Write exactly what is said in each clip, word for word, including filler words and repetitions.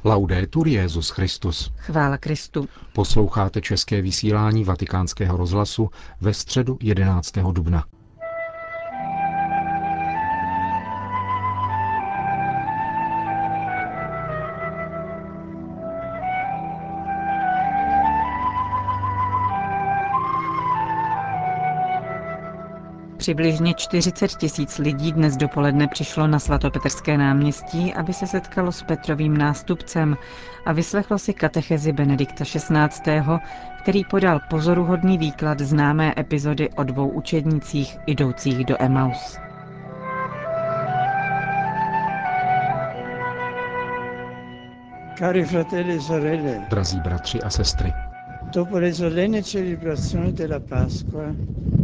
Laudetur Jesus Christus. Chvála Kristu. Posloucháte české vysílání Vatikánského rozhlasu ve středu jedenáctého dubna. Přibližně čtyřicet tisíc lidí dnes dopoledne přišlo na svatopetrské náměstí, aby se setkalo s Petrovým nástupcem a vyslechlo si katechezi Benedikta šestnáctého., který podal pozoruhodný výklad známé epizody o dvou učednících jdoucích do Emaus. Cari fratelli e sorelle, Drazí bratři a sestry, dopo le solenne celebrazioni della Pasqua,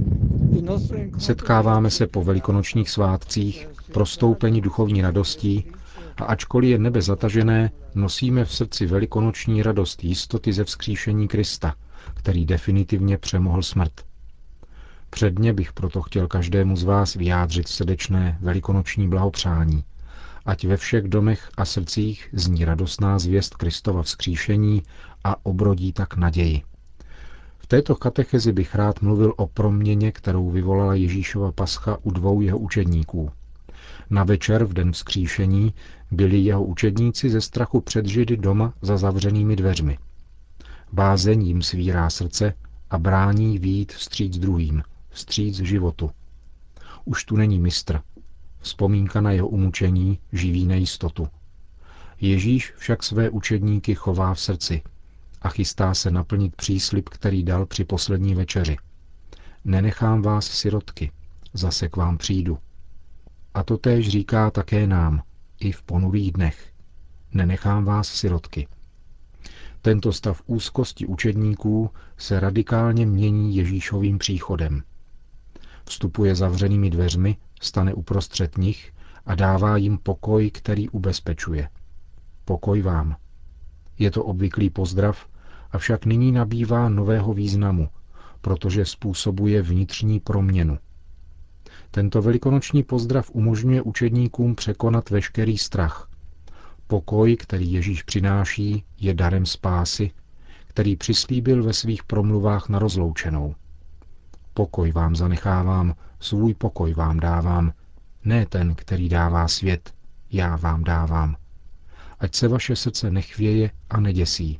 setkáváme se po velikonočních svátcích, prostoupeni duchovní radostí a ačkoliv je nebe zatažené, nosíme v srdci velikonoční radost jistoty ze vzkříšení Krista, který definitivně přemohl smrt. Předně bych proto chtěl každému z vás vyjádřit srdečné velikonoční blahopřání, ať ve všech domech a srdcích zní radostná zvěst Kristova vzkříšení a obrodí tak naději. V této katechezi bych rád mluvil o proměně, kterou vyvolala Ježíšova pascha u dvou jeho učedníků. Na večer v den vzkříšení byli jeho učedníci ze strachu před Židy doma za zavřenými dveřmi. Bázeň jim svírá srdce a brání vyjít vstříc druhým, vstříc životu. Už tu není mistr. Vzpomínka na jeho umučení živí nejistotu. Ježíš však své učedníky chová v srdci a chystá se naplnit příslib, který dal při poslední večeři. Nenechám vás sirotky, zase k vám přijdu. A to též říká také nám, i v ponurých dnech. Nenechám vás sirotky. Tento stav úzkosti učedníků se radikálně mění Ježíšovým příchodem. Vstupuje zavřenými dveřmi, stane uprostřed nich a dává jim pokoj, který ubezpečuje. Pokoj vám. Je to obvyklý pozdrav, avšak nyní nabývá nového významu, protože způsobuje vnitřní proměnu. Tento velikonoční pozdrav umožňuje učedníkům překonat veškerý strach. Pokoj, který Ježíš přináší, je darem spásy, který přislíbil ve svých promluvách na rozloučenou. Pokoj vám zanechávám, svůj pokoj vám dávám, ne ten, který dává svět, já vám dávám. Ať se vaše srdce nechvěje a neděsí.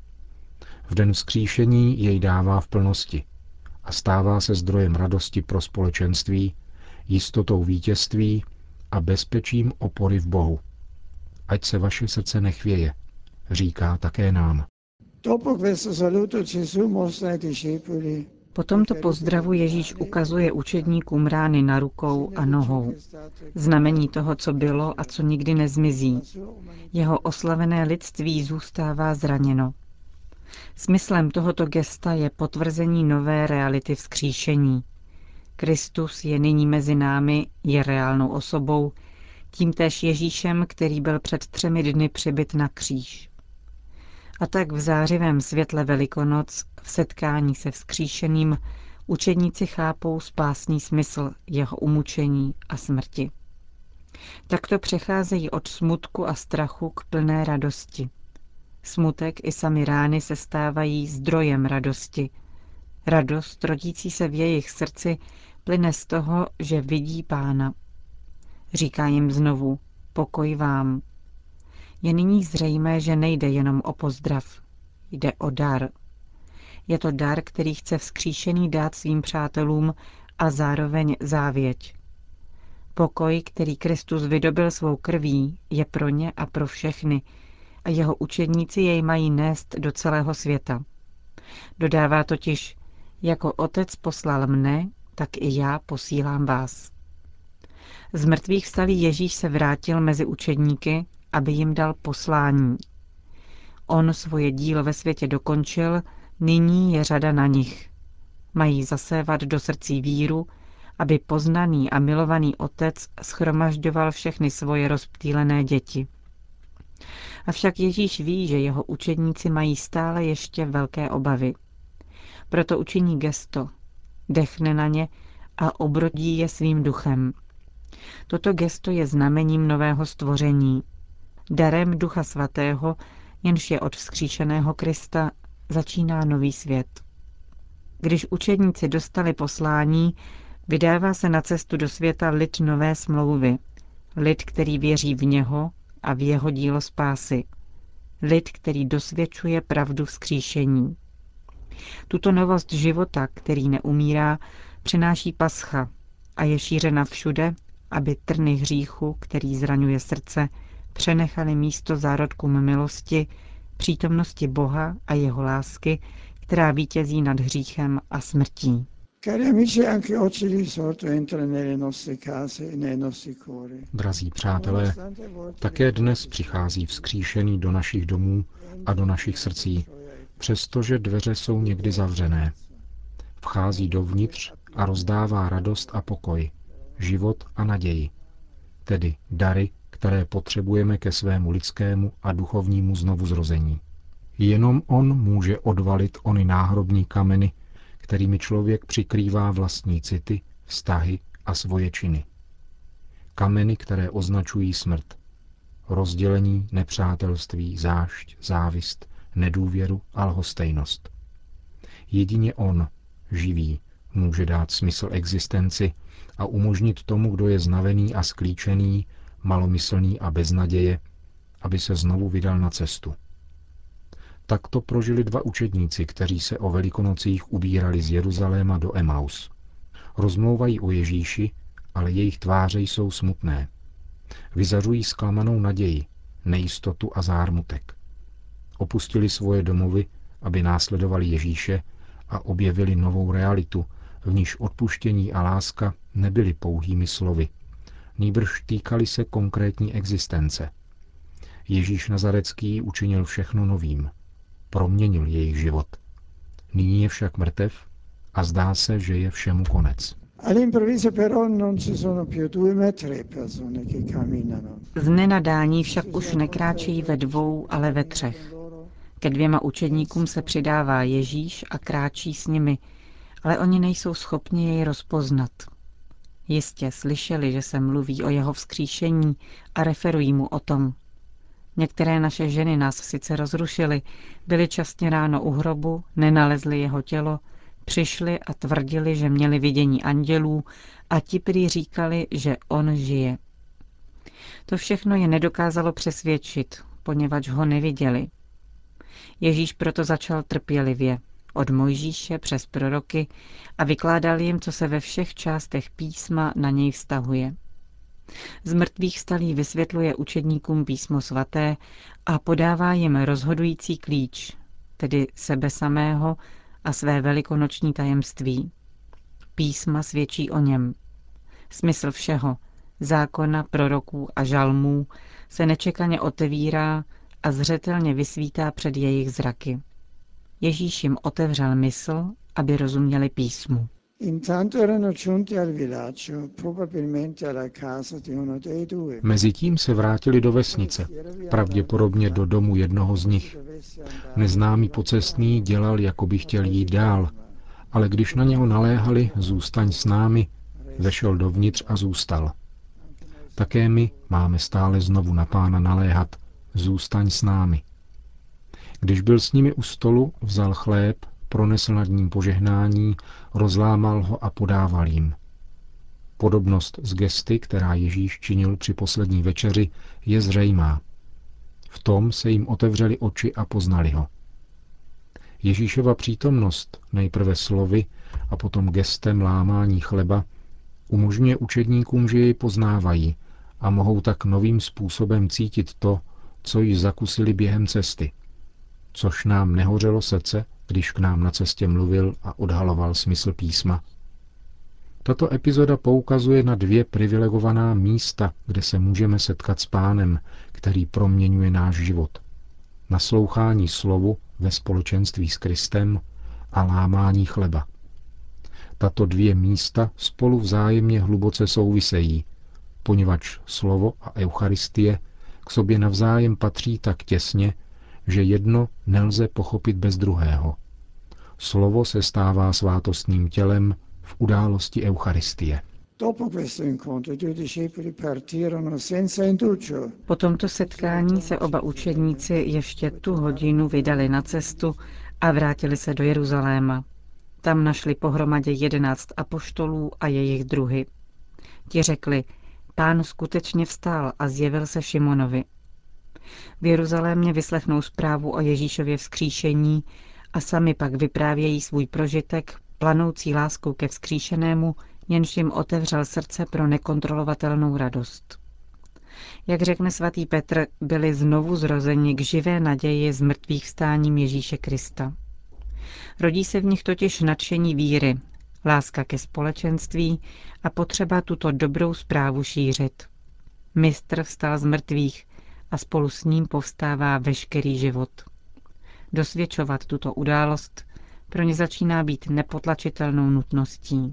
V den vzkříšení jej dává v plnosti a stává se zdrojem radosti pro společenství, jistotou vítězství a bezpečím opory v Bohu. Ať se vaše srdce nechvěje, říká také nám. Po tomto pozdravu Ježíš ukazuje učedníkům rány na rukou a nohou. Znamení toho, co bylo a co nikdy nezmizí. Jeho oslavené lidství zůstává zraněno. Smyslem tohoto gesta je potvrzení nové reality vzkříšení. Kristus je nyní mezi námi, je reálnou osobou, tímtéž Ježíšem, který byl před třemi dny přibyt na kříž. A tak v zářivém světle Velikonoc, v setkání se vzkříšeným, učedníci chápou spásný smysl jeho umučení a smrti. Takto přecházejí od smutku a strachu k plné radosti. Smutek i samy rány se stávají zdrojem radosti. Radost, rodící se v jejich srdci, plyne z toho, že vidí Pána. Říká jim znovu, pokoj vám. Je nyní zřejmé, že nejde jenom o pozdrav. Jde o dar. Je to dar, který chce vzkříšený dát svým přátelům a zároveň závěť. Pokoj, který Kristus vydobyl svou krví, je pro ně a pro všechny a jeho učedníci jej mají nést do celého světa. Dodává totiž, jako Otec poslal mne, tak i já posílám vás. Z mrtvých vstalý Ježíš se vrátil mezi učedníky, aby jim dal poslání. On svoje dílo ve světě dokončil, nyní je řada na nich. Mají zasévat do srdcí víru, aby poznaný a milovaný Otec shromažďoval všechny svoje rozptýlené děti. Avšak Ježíš ví, že jeho učedníci mají stále ještě velké obavy. Proto učiní gesto, dechne na ně a obrodí je svým duchem. Toto gesto je znamením nového stvoření. Darem Ducha Svatého, jenž je od vzkříšeného Krista, začíná nový svět. Když učedníci dostali poslání, vydává se na cestu do světa lid nové smlouvy, lid, který věří v něho a v jeho dílo spásy, lid, který dosvědčuje pravdu vzkříšení. Tuto novost života, který neumírá, přináší Pascha a je šířena všude, aby trny hříchu, který zraňuje srdce, přenechali místo zárodkům milosti, přítomnosti Boha a jeho lásky, která vítězí nad hříchem a smrtí. Drazí přátelé, také dnes přichází vzkříšený do našich domů a do našich srdcí, přestože dveře jsou někdy zavřené. Vchází dovnitř a rozdává radost a pokoj, život a naději, tedy dary, které potřebujeme ke svému lidskému a duchovnímu znovuzrození. Jenom on může odvalit ony náhrobní kameny, kterými člověk přikrývá vlastní city, vztahy a svoje činy. Kameny, které označují smrt. Rozdělení, nepřátelství, zášť, závist, nedůvěru a lhostejnost. Jedině on, živý, může dát smysl existenci a umožnit tomu, kdo je znavený a sklíčený, malomyslný a bez naděje, aby se znovu vydal na cestu. Tak to prožili dva učedníci, kteří se o Velikonocích ubírali z Jeruzaléma do Emaus. Rozmlouvají o Ježíši, ale jejich tváře jsou smutné. Vyzařují zklamanou naději, nejistotu a zármutek. Opustili svoje domovy, aby následovali Ježíše a objevili novou realitu, v níž odpuštění a láska nebyly pouhými slovy. Nýbrž týkali se konkrétní existence. Ježíš Nazarecký učinil všechno novým. Proměnil jejich život. Nyní je však mrtev a zdá se, že je všemu konec. Z nenadání však už nekráčejí ve dvou, ale ve třech. Ke dvěma učedníkům se přidává Ježíš a kráčí s nimi, ale oni nejsou schopni jej rozpoznat. Jistě slyšeli, že se mluví o jeho vzkříšení a referují mu o tom. Některé naše ženy nás sice rozrušily, byly časně ráno u hrobu, nenalezly jeho tělo, přišli a tvrdili, že měli vidění andělů a ti prý říkali, že on žije. To všechno je nedokázalo přesvědčit, poněvadž ho neviděli. Ježíš proto začal trpělivě, od Mojžíše přes proroky a vykládal jim, co se ve všech částech písma na něj vztahuje. Z mrtvých vstalý vysvětluje učedníkům písmo svaté a podává jim rozhodující klíč, tedy sebe samého a své velikonoční tajemství. Písma svědčí o něm. Smysl všeho, zákona, proroků a žalmů, se nečekaně otevírá a zřetelně vysvítá před jejich zraky. Ježíš jim otevřel mysl, aby rozuměli písmu. Mezitím se vrátili do vesnice, pravděpodobně do domu jednoho z nich. Neznámý pocestný dělal, jako by chtěl jít dál, ale když na něho naléhali, zůstaň s námi, vešel dovnitř a zůstal. Také my máme stále znovu na Pána naléhat, zůstaň s námi. Když byl s nimi u stolu, vzal chléb, pronesl nad ním požehnání, rozlámal ho a podával jim. Podobnost s gesty, která Ježíš činil při poslední večeři, je zřejmá. V tom se jim otevřely oči a poznali ho. Ježíšova přítomnost, nejprve slovy a potom gestem lámání chleba, umožňuje učedníkům, že jej poznávají a mohou tak novým způsobem cítit to, co již zakusili během cesty. Což nám nehořelo srdce, když k nám na cestě mluvil a odhaloval smysl písma. Tato epizoda poukazuje na dvě privilegovaná místa, kde se můžeme setkat s Pánem, který proměňuje náš život. Naslouchání slovu ve společenství s Kristem a lámání chleba. Tato dvě místa spolu vzájemně hluboce souvisejí, poněvadž slovo a eucharistie k sobě navzájem patří tak těsně, že jedno nelze pochopit bez druhého. Slovo se stává svátostným tělem v události eucharistie. Po tomto setkání se oba učedníci ještě tu hodinu vydali na cestu a vrátili se do Jeruzaléma. Tam našli pohromadě jedenáct apoštolů a jejich druhy. Ti řekli, Pán skutečně vstal a zjevil se Šimonovi. V Jeruzalémě vyslechnou zprávu o Ježíšově vzkříšení a sami pak vyprávějí svůj prožitek, planoucí láskou ke vzkříšenému, jenž jim otevřel srdce pro nekontrolovatelnou radost. Jak řekne svatý Petr, byli znovu zrozeni k živé naději z mrtvých vstáním Ježíše Krista. Rodí se v nich totiž nadšení víry, láska ke společenství a potřeba tuto dobrou zprávu šířit. Mistr vstal z mrtvých a spolu s ním povstává veškerý život. Dosvědčovat tuto událost pro ně začíná být nepotlačitelnou nutností.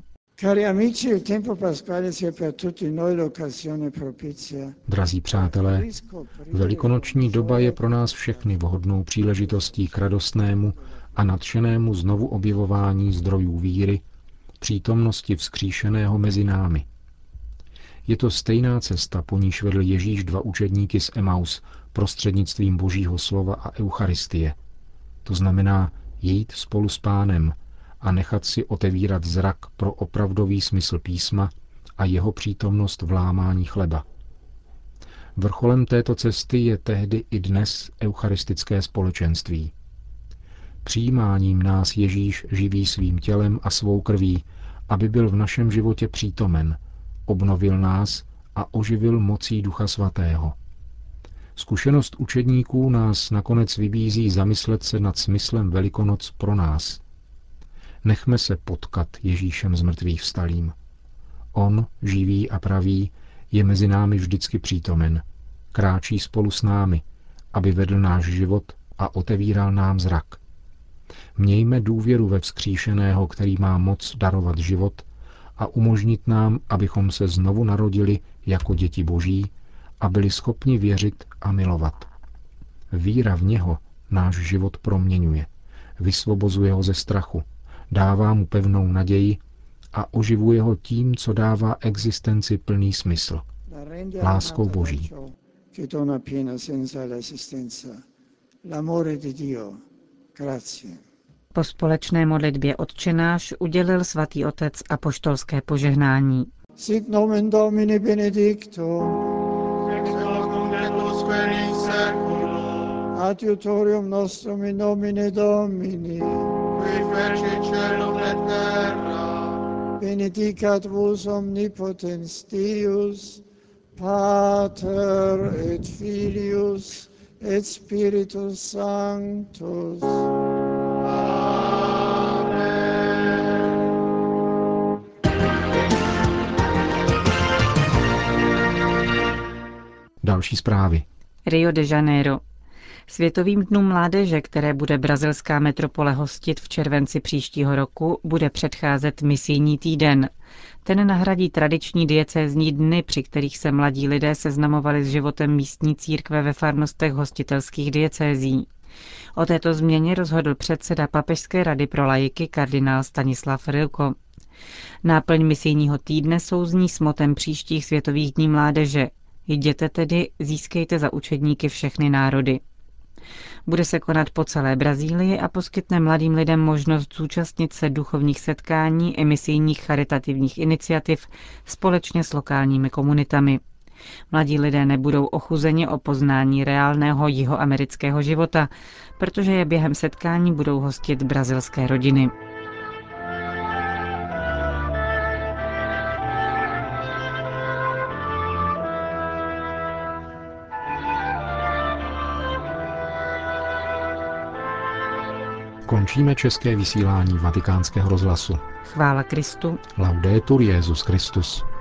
Drazí přátelé, velikonoční doba je pro nás všechny vhodnou příležitostí k radostnému a nadšenému znovu objevování zdrojů víry, přítomnosti vzkříšeného mezi námi. Je to stejná cesta, po níž vedl Ježíš dva učedníky z Emaus prostřednictvím Božího slova a Eucharistie. To znamená jít spolu s Pánem a nechat si otevírat zrak pro opravdový smysl písma a jeho přítomnost v lámání chleba. Vrcholem této cesty je tehdy i dnes eucharistické společenství. Přijímáním nás Ježíš živí svým tělem a svou krví, aby byl v našem životě přítomen, obnovil nás a oživil mocí Ducha Svatého. Zkušenost učedníků nás nakonec vybízí zamyslet se nad smyslem Velikonoc pro nás. Nechme se potkat Ježíšem z mrtvých vstalým. On, živý a pravý, je mezi námi vždycky přítomen. Kráčí spolu s námi, aby vedl náš život a otevíral nám zrak. Mějme důvěru ve vzkříšeného, který má moc darovat život a umožnit nám, abychom se znovu narodili jako děti Boží a byli schopni věřit a milovat. Víra v něho náš život proměňuje, vysvobozuje ho ze strachu, dává mu pevnou naději a oživuje ho tím, co dává existenci plný smysl. Láskou Boží. Po společné modlitbě Otčenáš udělil svatý otec apoštolské požehnání. Sit nomen Domini benedictum. Adiutorium nostrum in nomine Domini. Qui feci caelum et terra. Benedicat vos omnipotens Deus, Pater et Filius et Spiritus Sanctus. Další zprávy. Rio de Janeiro. Světovým dnům mládeže, které bude brazilská metropole hostit v červenci příštího roku, bude předcházet misijní týden. Ten nahradí tradiční diecézní dny, při kterých se mladí lidé seznamovali s životem místní církve ve farnostech hostitelských diecézí. O této změně rozhodl předseda Papežské rady pro laiky kardinál Stanislav Rilko. Náplň misijního týdne souzní s motem příštích světových dní mládeže. Jděte tedy, získejte za učedníky všechny národy. Bude se konat po celé Brazílii a poskytne mladým lidem možnost zúčastnit se duchovních setkání i misijních charitativních iniciativ společně s lokálními komunitami. Mladí lidé nebudou ochuzeni o poznání reálného jihoamerického života, protože je během setkání budou hostit brazilské rodiny. Končíme české vysílání Vatikánského rozhlasu. Chvála Kristu. Laudetur Jesus Christus.